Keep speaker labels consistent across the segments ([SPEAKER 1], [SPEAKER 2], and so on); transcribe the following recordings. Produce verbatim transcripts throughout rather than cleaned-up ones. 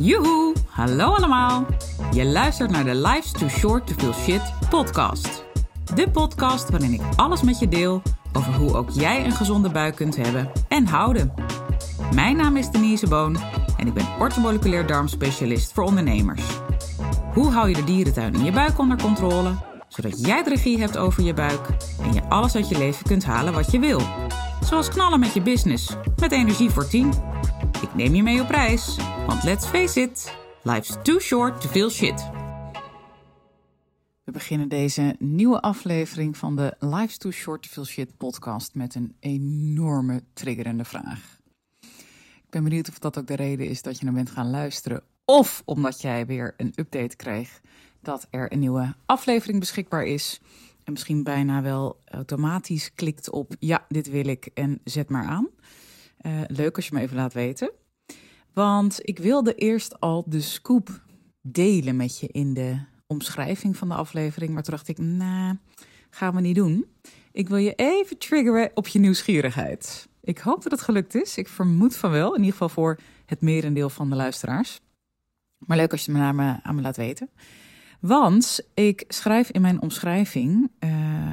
[SPEAKER 1] Joehoe, hallo allemaal. Je luistert naar de Life's Too Short to Feel Shit podcast. De podcast waarin ik alles met je deel over hoe ook jij een gezonde buik kunt hebben en houden. Mijn naam is Denise Boon en ik ben orthomoleculair darmspecialist voor ondernemers. Hoe hou je de dierentuin in je buik onder controle, zodat jij de regie hebt over je buik en je alles uit je leven kunt halen wat je wil. Zoals knallen met je business, met energie voor tien. Ik neem je mee op reis, want let's face it, life's too short to feel shit. We beginnen deze nieuwe aflevering van de Life's Too Short to Feel Shit podcast met een enorme triggerende vraag. Ik ben benieuwd of dat ook de reden is dat je naar bent gaan luisteren, of omdat jij weer een update kreeg dat er een nieuwe aflevering beschikbaar is. En misschien bijna wel automatisch klikt op ja, dit wil ik en zet maar aan. Uh, leuk als je me even laat weten. Want ik wilde eerst al de scoop delen met je in de omschrijving van de aflevering. Maar toen dacht ik, nou, gaan we niet doen. Ik wil je even triggeren op je nieuwsgierigheid. Ik hoop dat het gelukt is. Ik vermoed van wel, in ieder geval voor het merendeel van de luisteraars. Maar leuk als je het me, me aan me laat weten. Want ik schrijf in mijn omschrijving uh,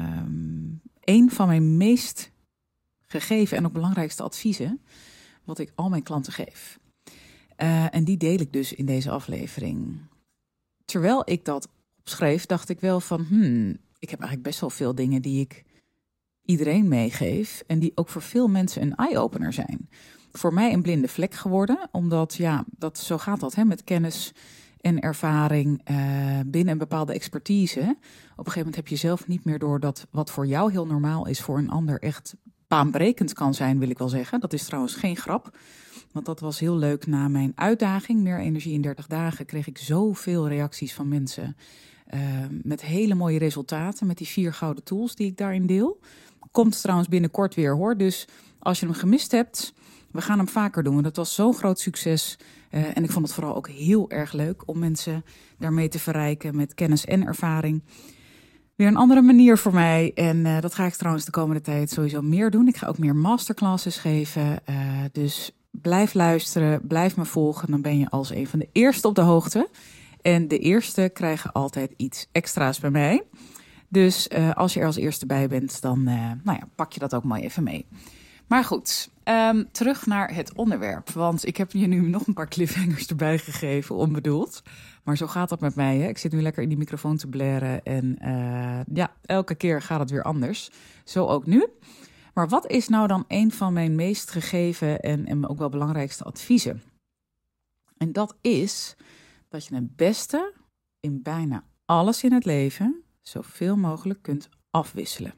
[SPEAKER 1] een van mijn meest gegeven en ook belangrijkste adviezen wat ik al mijn klanten geef. Uh, en die deel ik dus in deze aflevering. Terwijl ik dat opschreef, dacht ik wel van, hmm, ik heb eigenlijk best wel veel dingen die ik iedereen meegeef en die ook voor veel mensen een eye-opener zijn. Voor mij een blinde vlek geworden, omdat ja, dat, zo gaat dat hè, met kennis en ervaring uh, binnen een bepaalde expertise. Op een gegeven moment heb je zelf niet meer door dat wat voor jou heel normaal is, voor een ander echt baanbrekend kan zijn, wil ik wel zeggen. Dat is trouwens geen grap, want dat was heel leuk. Na mijn uitdaging, Meer Energie in dertig dagen, kreeg ik zoveel reacties van mensen uh, met hele mooie resultaten, met die vier gouden tools die ik daarin deel. Komt trouwens binnenkort weer hoor, dus als je hem gemist hebt, we gaan hem vaker doen. Want dat was zo'n groot succes uh, en ik vond het vooral ook heel erg leuk om mensen daarmee te verrijken met kennis en ervaring. Weer een andere manier voor mij en uh, dat ga ik trouwens de komende tijd sowieso meer doen. Ik ga ook meer masterclasses geven, uh, dus blijf luisteren, blijf me volgen. Dan ben je als een van de eerste op de hoogte. En de eerste krijgen altijd iets extra's bij mij. Dus uh, als je er als eerste bij bent, dan uh, nou ja, pak je dat ook mooi even mee. Maar goed, um, terug naar het onderwerp. Want ik heb je nu nog een paar cliffhangers erbij gegeven, onbedoeld. Maar zo gaat dat met mij. Hè? Ik zit nu lekker in die microfoon te blaren. En uh, ja, elke keer gaat het weer anders. Zo ook nu. Maar wat is nou dan een van mijn meest gegeven en, en ook wel belangrijkste adviezen? En dat is dat je het beste in bijna alles in het leven zoveel mogelijk kunt afwisselen.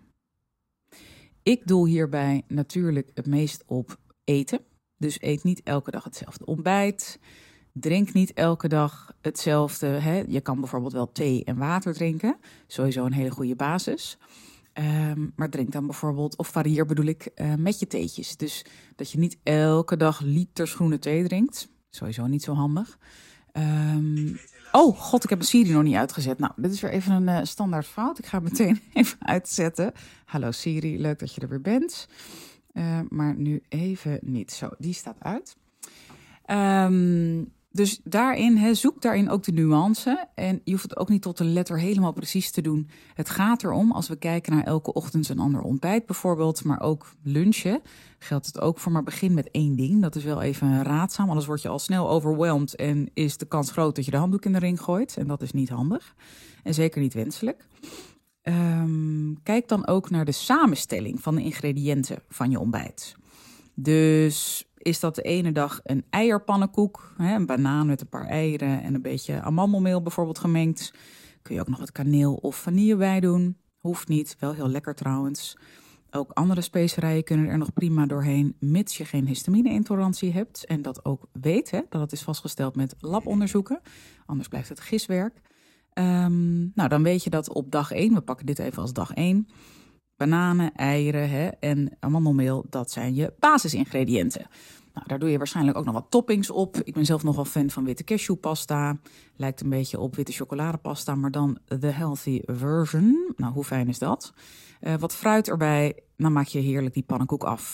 [SPEAKER 1] Ik doel hierbij natuurlijk het meest op eten. Dus eet niet elke dag hetzelfde ontbijt. Drink niet elke dag hetzelfde. Hè. Je kan bijvoorbeeld wel thee en water drinken. Sowieso een hele goede basis. Um, maar drink dan bijvoorbeeld, of varieer bedoel ik, uh, met je theetjes. Dus dat je niet elke dag liters groene thee drinkt. Sowieso niet zo handig. Um, oh god, ik heb mijn Siri nog niet uitgezet. Nou, dit is weer even een uh, standaard fout. Ik ga het meteen even uitzetten. Hallo Siri, leuk dat je er weer bent. Uh, maar nu even niet. Zo, die staat uit. Um, dus daarin, he, zoek daarin ook de nuance. En je hoeft het ook niet tot de letter helemaal precies te doen. Het gaat erom, als we kijken naar elke ochtend een ander ontbijt bijvoorbeeld, maar ook lunchen, geldt het ook voor, maar begin met één ding. Dat is wel even raadzaam, anders word je al snel overwhelmed en is de kans groot dat je de handdoek in de ring gooit. En dat is niet handig en zeker niet wenselijk. Um, kijk dan ook naar de samenstelling van de ingrediënten van je ontbijt. Dus is dat de ene dag een eierpannenkoek, hè, een banaan met een paar eieren en een beetje amandelmeel bijvoorbeeld gemengd. Kun je ook nog wat kaneel of vanille bij doen. Hoeft niet, wel heel lekker trouwens. Ook andere specerijen kunnen er nog prima doorheen, mits je geen histamine-intolerantie hebt. En dat ook weet, hè, dat het is vastgesteld met labonderzoeken. Anders blijft het giswerk. Um, nou, dan weet je dat op dag één, we pakken dit even als dag één... bananen, eieren hè, en amandelmeel, dat zijn je basisingrediënten. Nou, daar doe je waarschijnlijk ook nog wat toppings op. Ik ben zelf nogal fan van witte cashewpasta. Lijkt een beetje op witte chocoladepasta, maar dan de healthy version. Nou, hoe fijn is dat? Uh, wat fruit erbij, dan maak je heerlijk die pannenkoek af.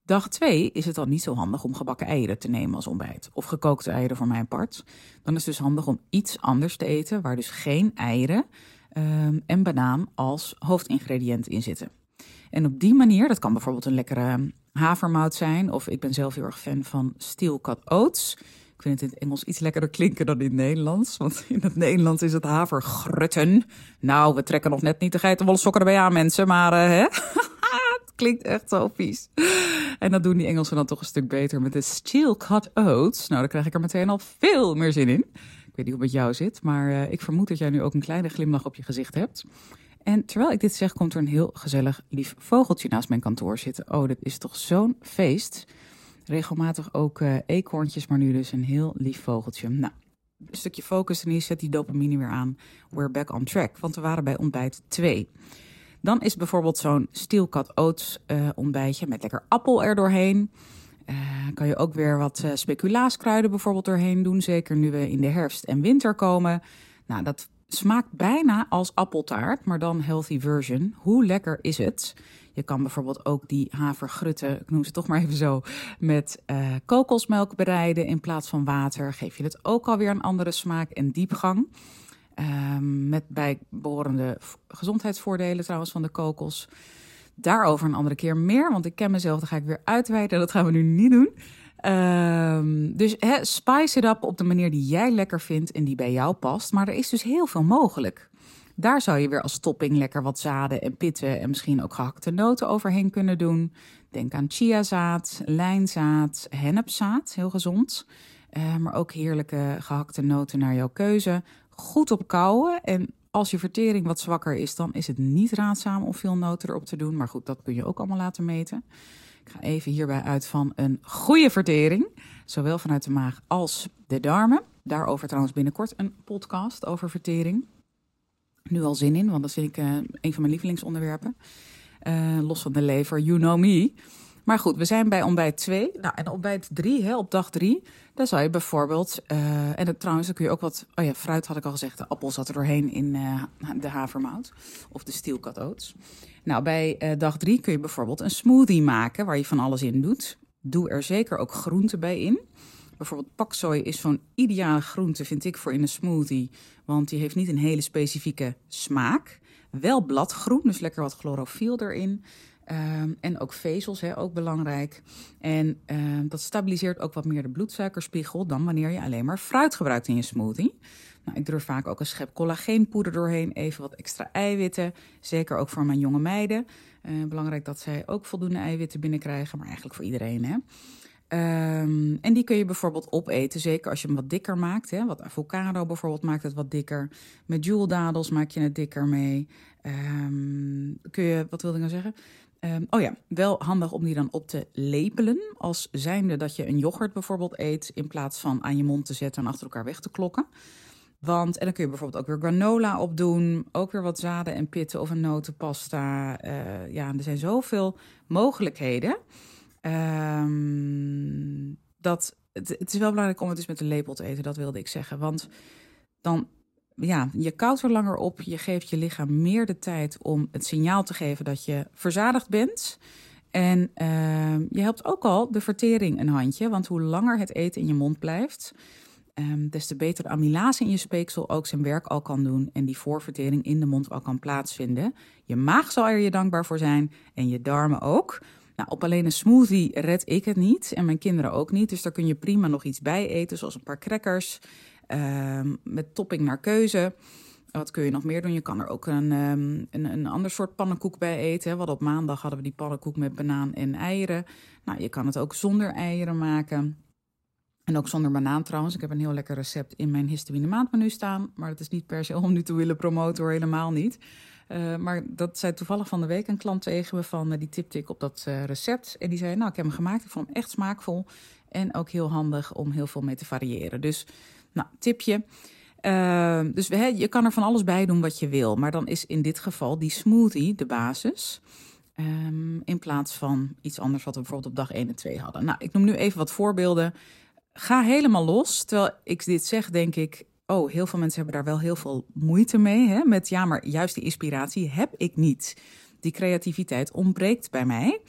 [SPEAKER 1] Dag twee is het dan niet zo handig om gebakken eieren te nemen als ontbijt. Of gekookte eieren voor mijn part. Dan is het dus handig om iets anders te eten waar dus geen eieren um, en banaan als hoofdingrediënt in zitten. En op die manier, dat kan bijvoorbeeld een lekkere havermout zijn. Of ik ben zelf heel erg fan van steel cut oats. Ik vind het in het Engels iets lekkerder klinken dan in het Nederlands. Want in het Nederlands is het havergrutten. Nou, we trekken nog net niet de geitenwolle sokken erbij aan, mensen. Maar uh, hè? Het klinkt echt zo vies. En dat doen die Engelsen dan toch een stuk beter met de steel cut oats. Nou, dan krijg ik er meteen al veel meer zin in. Ik weet niet hoe het met jou zit, maar uh, ik vermoed dat jij nu ook een kleine glimlach op je gezicht hebt. En terwijl ik dit zeg, komt er een heel gezellig lief vogeltje naast mijn kantoor zitten. Oh, dit is toch zo'n feest. Regelmatig ook uh, eekhoorntjes, maar nu dus een heel lief vogeltje. Nou, een stukje focus en hier zet die dopamine weer aan. We're back on track, want we waren bij ontbijt twee. Dan is bijvoorbeeld zo'n steel cut oats uh, ontbijtje met lekker appel er doorheen. Uh, kan je ook weer wat uh, speculaaskruiden bijvoorbeeld doorheen doen. Zeker nu we in de herfst en winter komen. Nou, dat smaakt bijna als appeltaart, maar dan healthy version. Hoe lekker is het? Je kan bijvoorbeeld ook die havergrutten, ik noem ze toch maar even zo, met uh, kokosmelk bereiden in plaats van water. Geef je het ook alweer een andere smaak en diepgang. Um, met bijbehorende gezondheidsvoordelen trouwens van de kokos. Daarover een andere keer meer, want ik ken mezelf, dan ga ik weer uitweiden. Dat gaan we nu niet doen. Um, dus he, spice it up op de manier die jij lekker vindt en die bij jou past. Maar er is dus heel veel mogelijk. Daar zou je weer als topping lekker wat zaden en pitten en misschien ook gehakte noten overheen kunnen doen. Denk aan chiazaad, lijnzaad, hennepzaad, heel gezond. Uh, maar ook heerlijke gehakte noten naar jouw keuze. Goed op kouwen en als je vertering wat zwakker is, dan is het niet raadzaam om veel noten erop te doen. Maar goed, dat kun je ook allemaal laten meten. Ik ga even hierbij uit van een goede vertering. Zowel vanuit de maag als de darmen. Daarover trouwens binnenkort een podcast over vertering. Nu al zin in, want dat vind ik uh, een van mijn lievelingsonderwerpen. Uh, los van de lever, you know me. Maar goed, we zijn bij ontbijt twee. Nou, en ontbijt drie, hè, op dag drie, daar zou je bijvoorbeeld... Uh, en dat, trouwens, dan kun je ook wat... Oh ja, fruit had ik al gezegd. De appel zat er doorheen in uh, de havermout. Of de steel cut oats. Nou, bij uh, dag drie kun je bijvoorbeeld een smoothie maken... waar je van alles in doet. Doe er zeker ook groenten bij in. Bijvoorbeeld paksoi is zo'n ideale groente, vind ik, voor in een smoothie. Want die heeft niet een hele specifieke smaak. Wel bladgroen, dus lekker wat chlorofiel erin... Um, en ook vezels, hè, ook belangrijk. En uh, dat stabiliseert ook wat meer de bloedsuikerspiegel... dan wanneer je alleen maar fruit gebruikt in je smoothie. Nou, ik doe er vaak ook een schep collageenpoeder doorheen. Even wat extra eiwitten. Zeker ook voor mijn jonge meiden. Uh, belangrijk dat zij ook voldoende eiwitten binnenkrijgen. Maar eigenlijk voor iedereen, hè. Um, en die kun je bijvoorbeeld opeten, zeker als je hem wat dikker maakt. Hè. Wat avocado bijvoorbeeld maakt het wat dikker. Met joeldadels maak je het dikker mee. Um, kun je, wat wilde ik nou zeggen... Um, oh ja, wel handig om die dan op te lepelen. Als zijnde dat je een yoghurt bijvoorbeeld eet... in plaats van aan je mond te zetten en achter elkaar weg te klokken. Want, en dan kun je bijvoorbeeld ook weer granola op doen. Ook weer wat zaden en pitten of een notenpasta. Uh, ja, er zijn zoveel mogelijkheden. Um, dat, het, het is wel belangrijk om het dus met een lepel te eten, dat wilde ik zeggen. Want dan... Ja, je koudt er langer op. Je geeft je lichaam meer de tijd om het signaal te geven dat je verzadigd bent. En uh, je helpt ook al de vertering een handje. Want hoe langer het eten in je mond blijft, um, des te beter de amylase in je speeksel ook zijn werk al kan doen. En die voorvertering in de mond al kan plaatsvinden. Je maag zal er je dankbaar voor zijn en je darmen ook. Nou, op alleen een smoothie red ik het niet en mijn kinderen ook niet. Dus daar kun je prima nog iets bij eten, zoals een paar crackers... Uh, met topping naar keuze. Wat kun je nog meer doen? Je kan er ook een, um, een, een ander soort pannenkoek bij eten. Want op maandag hadden we die pannenkoek met banaan en eieren. Nou, je kan het ook zonder eieren maken. En ook zonder banaan trouwens. Ik heb een heel lekker recept in mijn histamine maandmenu staan. Maar het is niet per se om nu te willen promoten hoor, helemaal niet. Uh, maar dat zei toevallig van de week een klant tegen me van... Uh, die tipte ik op dat uh, recept. En die zei, nou, ik heb hem gemaakt. Ik vond hem echt smaakvol. En ook heel handig om heel veel mee te variëren. Dus... Nou, tipje. Uh, dus he, je kan er van alles bij doen wat je wil. Maar dan is in dit geval die smoothie de basis. Um, in plaats van iets anders wat we bijvoorbeeld op dag één en twee hadden. Nou, ik noem nu even wat voorbeelden. Ga helemaal los. Terwijl ik dit zeg, denk ik... Oh, heel veel mensen hebben daar wel heel veel moeite mee. Hè? Met ja, maar juist die inspiratie heb ik niet. Die creativiteit ontbreekt bij mij.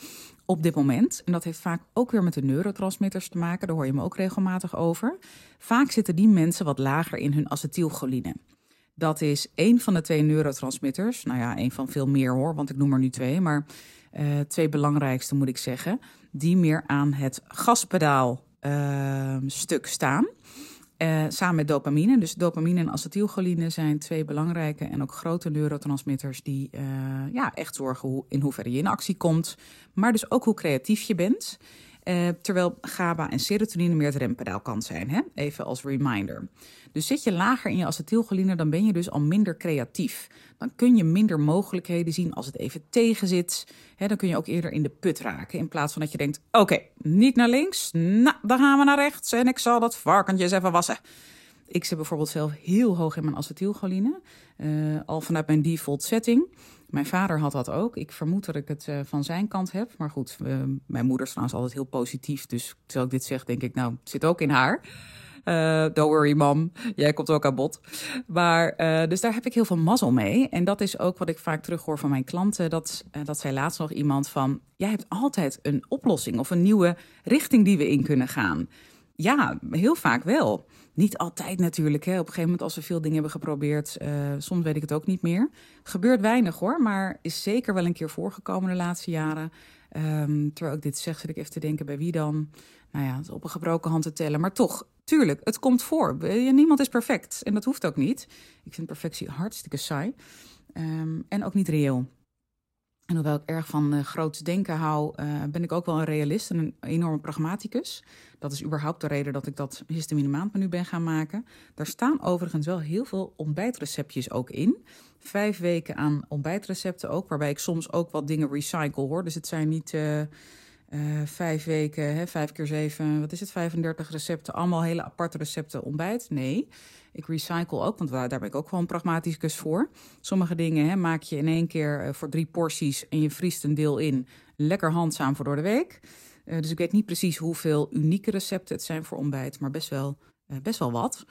[SPEAKER 1] op dit moment. En dat heeft vaak ook weer met de neurotransmitters te maken. Daar hoor je me ook regelmatig over. Vaak zitten die mensen wat lager in hun acetylcholine. Dat is één van de twee neurotransmitters. Nou ja, één van veel meer hoor, want ik noem er nu twee. Maar uh, twee belangrijkste moet ik zeggen. Die meer aan het gaspedaal uh, stuk staan. Uh, samen met dopamine. Dus dopamine en acetylcholine zijn twee belangrijke en ook grote neurotransmitters die uh, ja, echt zorgen hoe, in hoeverre je in actie komt. Maar dus ook hoe creatief je bent. Uh, terwijl GABA en serotonine meer het rempedaal kan zijn. Hè? Even als reminder. Dus zit je lager in je acetylcholine, dan ben je dus al minder creatief. Dan kun je minder mogelijkheden zien als het even tegen zit. Hè, dan kun je ook eerder in de put raken. In plaats van dat je denkt, oké, okay, niet naar links. Nou, dan gaan we naar rechts en ik zal dat varkentje eens even wassen. Ik zit bijvoorbeeld zelf heel hoog in mijn acetylcholine. Uh, al vanuit mijn default setting. Mijn vader had dat ook. Ik vermoed dat ik het uh, van zijn kant heb. Maar goed, uh, mijn moeder is trouwens altijd heel positief. Dus terwijl ik dit zeg, denk ik, nou, het zit ook in haar. Uh, don't worry, mam. Jij komt ook aan bod. Maar, uh, dus daar heb ik heel veel mazzel mee. En dat is ook wat ik vaak terughoor van mijn klanten. Dat, uh, dat zei laatst nog iemand van, jij hebt altijd een oplossing of een nieuwe richting die we in kunnen gaan. Ja, heel vaak wel. Niet altijd natuurlijk. Hè. Op een gegeven moment als we veel dingen hebben geprobeerd, uh, soms weet ik het ook niet meer. Gebeurt weinig hoor, maar is zeker wel een keer voorgekomen de laatste jaren. Um, terwijl ik dit zeg, zit ik even te denken bij wie dan. Nou ja, op een gebroken hand te tellen. Maar toch, tuurlijk, het komt voor. Niemand is perfect en dat hoeft ook niet. Ik vind perfectie hartstikke saai. Um, en ook niet reëel. En hoewel ik erg van uh, groots denken hou, uh, ben ik ook wel een realist en een enorme pragmaticus. Dat is überhaupt de reden dat ik dat histamine maandmenu ben gaan maken. Daar staan overigens wel heel veel ontbijtreceptjes ook in. Vijf weken aan ontbijtrecepten ook, waarbij ik soms ook wat dingen recycle hoor. Dus het zijn niet uh, uh, vijf weken, hè, vijf keer zeven, wat is het, vijfendertig recepten. Allemaal hele aparte recepten ontbijt. Nee, ik recycle ook, want daar ben ik ook wel een pragmaticus voor. Sommige dingen hè, maak je in één keer uh, voor drie porties en je vriest een deel in. Lekker handzaam voor door de week. Uh, dus ik weet niet precies hoeveel unieke recepten het zijn voor ontbijt, maar best wel, uh, best wel wat.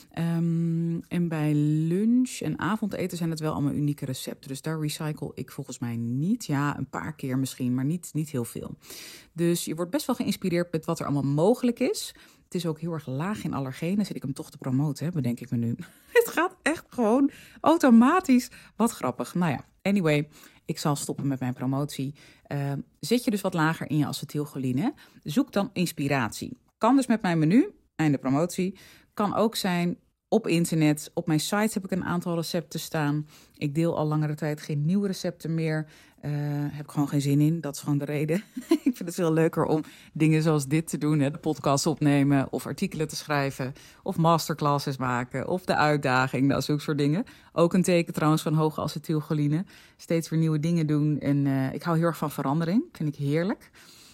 [SPEAKER 1] Um, en bij lunch en avondeten zijn het wel allemaal unieke recepten. Dus daar recycle ik volgens mij niet. Ja, een paar keer misschien, maar niet, niet heel veel. Dus je wordt best wel geïnspireerd met wat er allemaal mogelijk is. Het is ook heel erg laag in allergenen. Zit ik hem toch te promoten, hè, bedenk ik me nu. Het gaat echt gewoon automatisch. Wat grappig. Nou ja, anyway, ik zal stoppen met mijn promotie. Uh, zit je dus wat lager in je acetylcholine, zoek dan inspiratie. Kan dus met mijn menu, einde promotie. Kan ook zijn op internet. Op mijn site heb ik een aantal recepten staan. Ik deel al langere tijd geen nieuwe recepten meer. Uh, heb ik gewoon geen zin in. Dat is gewoon de reden. Ik vind het veel leuker om dingen zoals dit te doen. Hè? De podcast opnemen of artikelen te schrijven. Of masterclasses maken. Of de uitdaging. Nou, zulke soort dingen. Ook een teken trouwens van hoge acetylcholine. Steeds weer nieuwe dingen doen. En uh, ik hou heel erg van verandering. Vind ik heerlijk.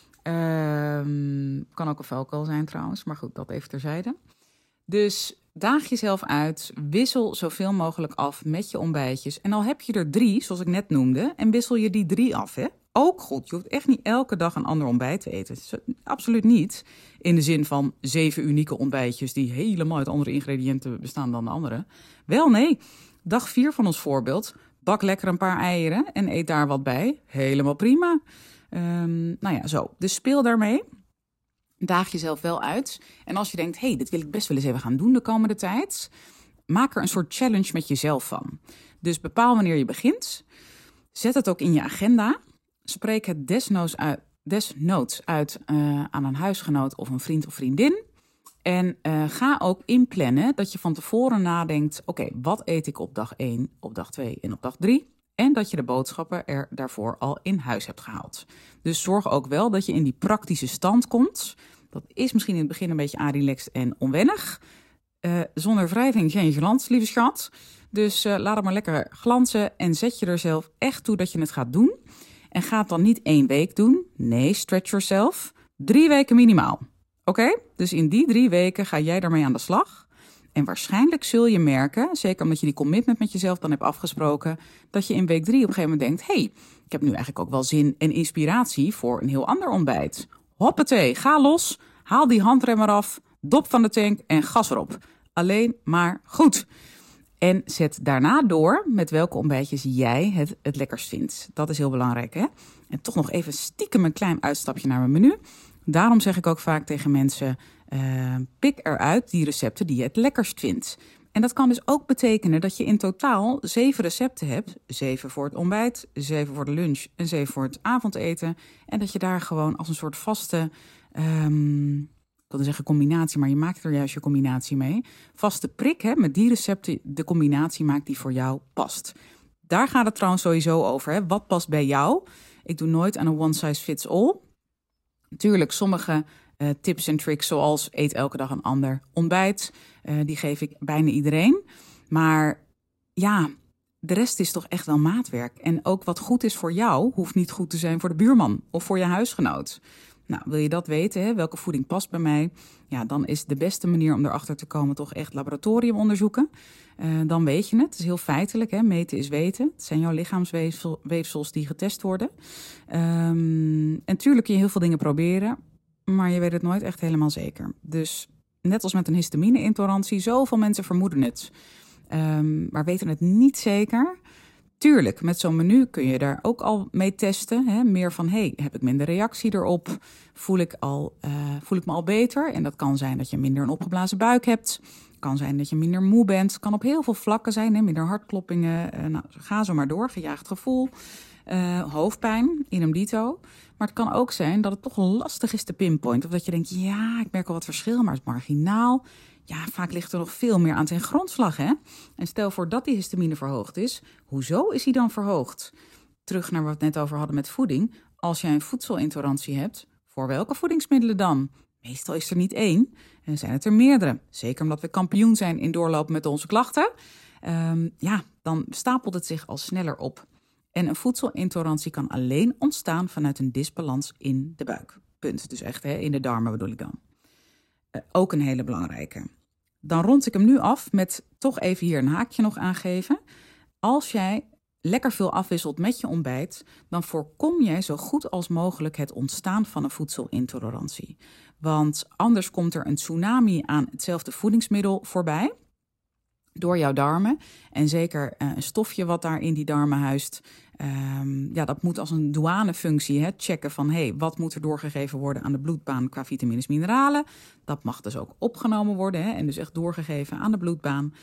[SPEAKER 1] Uh, kan ook een valkuil zijn trouwens. Maar goed, dat even terzijde. Dus daag jezelf uit, wissel zoveel mogelijk af met je ontbijtjes. En al heb je er drie, zoals ik net noemde, en wissel je die drie af, hè? Ook goed. Je hoeft echt niet elke dag een ander ontbijt te eten. Absoluut niet. In de zin van zeven unieke ontbijtjes die helemaal uit andere ingrediënten bestaan dan de andere. Wel nee, dag vier van ons voorbeeld. Bak lekker een paar eieren en eet daar wat bij. Helemaal prima. Um, nou ja, zo. Dus speel daarmee. Daag jezelf wel uit. En als je denkt, hé, hey, dit wil ik best wel eens even gaan doen de komende tijd. Maak er een soort challenge met jezelf van. Dus bepaal wanneer je begint. Zet het ook in je agenda. Spreek het desnoods uit, desnoods uit uh, aan een huisgenoot of een vriend of vriendin. En uh, ga ook inplannen dat je van tevoren nadenkt, oké, okay, wat eet ik op dag één, op dag twee en op dag drie? En dat je de boodschappen er daarvoor al in huis hebt gehaald. Dus zorg ook wel dat je in die praktische stand komt. Dat is misschien in het begin een beetje relaxed en onwennig. Uh, zonder wrijving geen glans, lieve schat. Dus uh, laat het maar lekker glanzen en zet je er zelf echt toe dat je het gaat doen. En ga het dan niet één week doen. Nee, stretch yourself. Drie weken minimaal. Oké? Okay? Dus in die drie weken ga jij daarmee aan de slag. En waarschijnlijk zul je merken, zeker omdat je die commitment met jezelf dan hebt afgesproken, dat je in week drie op een gegeven moment denkt, hé, hey, ik heb nu eigenlijk ook wel zin en inspiratie voor een heel ander ontbijt. Hoppatee, ga los, haal die handrem eraf, dop van de tank en gas erop. Alleen maar goed. En zet daarna door met welke ontbijtjes jij het, het lekkerst vindt. Dat is heel belangrijk, hè? En toch nog even stiekem een klein uitstapje naar mijn menu. Daarom zeg ik ook vaak tegen mensen, uh, pik eruit die recepten die je het lekkerst vindt. En dat kan dus ook betekenen dat je in totaal zeven recepten hebt. Zeven voor het ontbijt, zeven voor de lunch en zeven voor het avondeten. En dat je daar gewoon als een soort vaste, um, ik wilde zeggen combinatie, maar je maakt er juist je combinatie mee. Vaste prik, hè, met die recepten de combinatie maakt die voor jou past. Daar gaat het trouwens sowieso over, hè. Wat past bij jou? Ik doe nooit aan een one size fits all. Natuurlijk, sommige uh, tips en tricks zoals eet elke dag een ander ontbijt. Uh, die geef ik bijna iedereen. Maar ja, de rest is toch echt wel maatwerk. En ook wat goed is voor jou, hoeft niet goed te zijn voor de buurman of voor je huisgenoot. Nou, wil je dat weten, hè? Welke voeding past bij mij? Ja, dan is de beste manier om erachter te komen toch echt laboratoriumonderzoeken. Uh, dan weet je het. Het is heel feitelijk, hè? Meten is weten. Het zijn jouw lichaamsweefsels die getest worden. Um, en tuurlijk kun je heel veel dingen proberen, maar je weet het nooit echt helemaal zeker. Dus net als met een histamine-intolerantie, zoveel mensen vermoeden het. Um, maar weten het niet zeker. Tuurlijk, met zo'n menu kun je daar ook al mee testen. Hè? Meer van, hey, heb ik minder reactie erop? Voel ik, al, uh, voel ik me al beter? En dat kan zijn dat je minder een opgeblazen buik hebt. Kan zijn dat je minder moe bent. Kan op heel veel vlakken zijn. Hè? Minder hartkloppingen. Uh, nou, ga zo maar door. Gejaagd gevoel. Uh, hoofdpijn, idem dito. Maar het kan ook zijn dat het toch lastig is te pinpointen. Of dat je denkt, ja, ik merk al wat verschil, maar het is marginaal. Ja, vaak ligt er nog veel meer aan ten grondslag, hè? En stel voor dat die histamine verhoogd is. Hoezo is die dan verhoogd? Terug naar wat we het net over hadden met voeding. Als jij een voedselintolerantie hebt, voor welke voedingsmiddelen dan? Meestal is er niet één, en zijn het er meerdere. Zeker omdat we kampioen zijn in doorlopen met onze klachten. Um, ja, dan stapelt het zich al sneller op. En een voedselintolerantie kan alleen ontstaan vanuit een disbalans in de buik. Punt. Dus echt, hè, in de darmen bedoel ik dan. Uh, ook een hele belangrijke. Dan rond ik hem nu af met toch even hier een haakje nog aangeven. Als jij lekker veel afwisselt met je ontbijt, dan voorkom jij zo goed als mogelijk het ontstaan van een voedselintolerantie. Want anders komt er een tsunami aan hetzelfde voedingsmiddel voorbij door jouw darmen. En zeker uh, een stofje wat daar in die darmen huist, Um, ja, dat moet als een douanefunctie, hè, checken van hey, wat moet er doorgegeven worden aan de bloedbaan qua vitamines, mineralen. Dat mag dus ook opgenomen worden, hè, en dus echt doorgegeven aan de bloedbaan.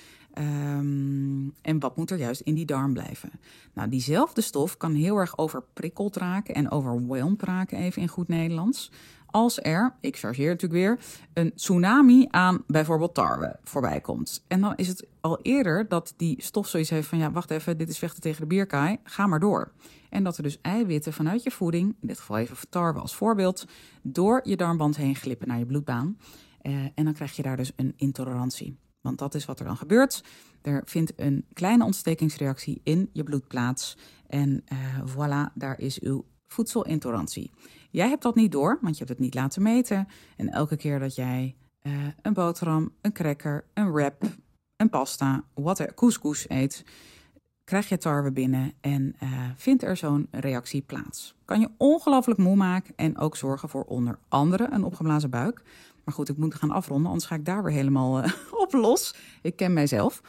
[SPEAKER 1] Um, en wat moet er juist in die darm blijven? Nou, diezelfde stof kan heel erg overprikkeld raken en overwhelmed raken, even in goed Nederlands. Als er, ik chargeer natuurlijk weer, een tsunami aan bijvoorbeeld tarwe voorbij komt. En dan is het al eerder dat die stof zoiets heeft van ja, wacht even, dit is vechten tegen de bierkaai, ga maar door. En dat er dus eiwitten vanuit je voeding, in dit geval even tarwe als voorbeeld, door je darmband heen glippen naar je bloedbaan. Uh, en dan krijg je daar dus een intolerantie. Want dat is wat er dan gebeurt. Er vindt een kleine ontstekingsreactie in je bloed plaats. En uh, voilà, daar is uw voedselintolerantie. Jij hebt dat niet door, want je hebt het niet laten meten. En elke keer dat jij uh, een boterham, een cracker, een wrap, een pasta, wat couscous eet, krijg je tarwe binnen en uh, vindt er zo'n reactie plaats. Kan je ongelooflijk moe maken en ook zorgen voor onder andere een opgeblazen buik. Maar goed, ik moet gaan afronden, anders ga ik daar weer helemaal uh, op los. Ik ken mijzelf.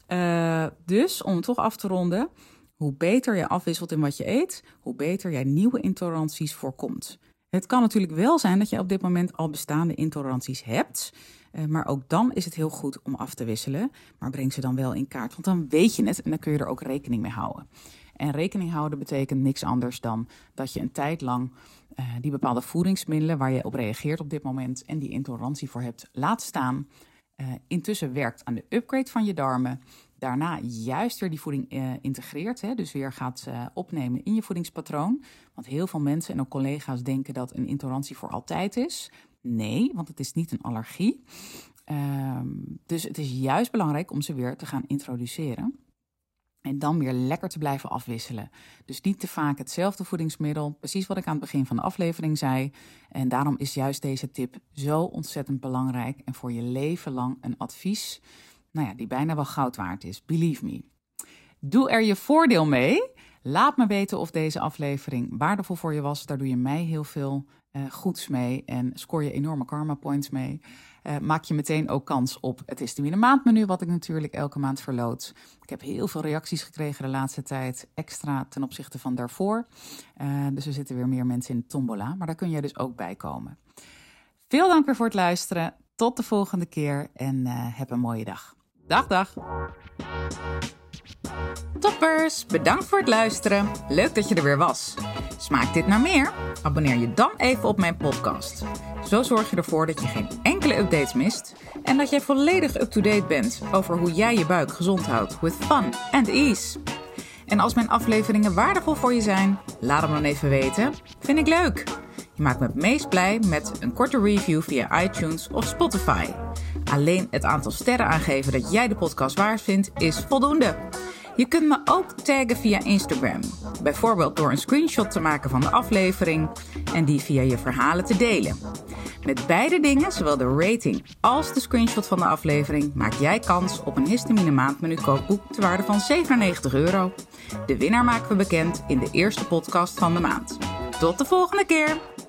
[SPEAKER 1] Uh, dus om toch af te ronden, hoe beter je afwisselt in wat je eet, hoe beter jij nieuwe intoleranties voorkomt. Het kan natuurlijk wel zijn dat je op dit moment al bestaande intoleranties hebt, uh, maar ook dan is het heel goed om af te wisselen. Maar breng ze dan wel in kaart, want dan weet je het en dan kun je er ook rekening mee houden. En rekening houden betekent niks anders dan dat je een tijd lang uh, die bepaalde voedingsmiddelen waar je op reageert op dit moment en die intolerantie voor hebt, laat staan. Uh, intussen werkt aan de upgrade van je darmen. Daarna juist weer die voeding uh, integreert. Hè, dus weer gaat uh, opnemen in je voedingspatroon. Want heel veel mensen en ook collega's denken dat een intolerantie voor altijd is. Nee, want het is niet een allergie. Uh, dus het is juist belangrijk om ze weer te gaan introduceren. En dan weer lekker te blijven afwisselen. Dus niet te vaak hetzelfde voedingsmiddel. Precies wat ik aan het begin van de aflevering zei. En daarom is juist deze tip zo ontzettend belangrijk. En voor je leven lang een advies, nou ja, die bijna wel goud waard is. Believe me. Doe er je voordeel mee. Laat me weten of deze aflevering waardevol voor je was. Daar doe je mij heel veel uh, goeds mee en scoor je enorme karma points mee. Uh, maak je meteen ook kans op het Histamine maandmenu, wat ik natuurlijk elke maand verloot. Ik heb heel veel reacties gekregen de laatste tijd, extra ten opzichte van daarvoor. Uh, dus er zitten weer meer mensen in de tombola, maar daar kun je dus ook bij komen. Veel dank weer voor het luisteren. Tot de volgende keer en uh, heb een mooie dag. Dag, dag. Toppers, bedankt voor het luisteren. Leuk dat je er weer was. Smaakt dit naar meer? Abonneer je dan even op mijn podcast. Zo zorg je ervoor dat je geen enkele updates mist en dat jij volledig up-to-date bent over hoe jij je buik gezond houdt with fun and ease. En als mijn afleveringen waardevol voor je zijn, laat hem dan even weten. Vind ik leuk. Je maakt me het meest blij met een korte review via iTunes of Spotify. Alleen het aantal sterren aangeven dat jij de podcast waard vindt is voldoende. Je kunt me ook taggen via Instagram. Bijvoorbeeld door een screenshot te maken van de aflevering en die via je verhalen te delen. Met beide dingen, zowel de rating als de screenshot van de aflevering, maak jij kans op een Histamine maandmenu kookboek ter waarde van zevenennegentig euro. De winnaar maken we bekend in de eerste podcast van de maand. Tot de volgende keer!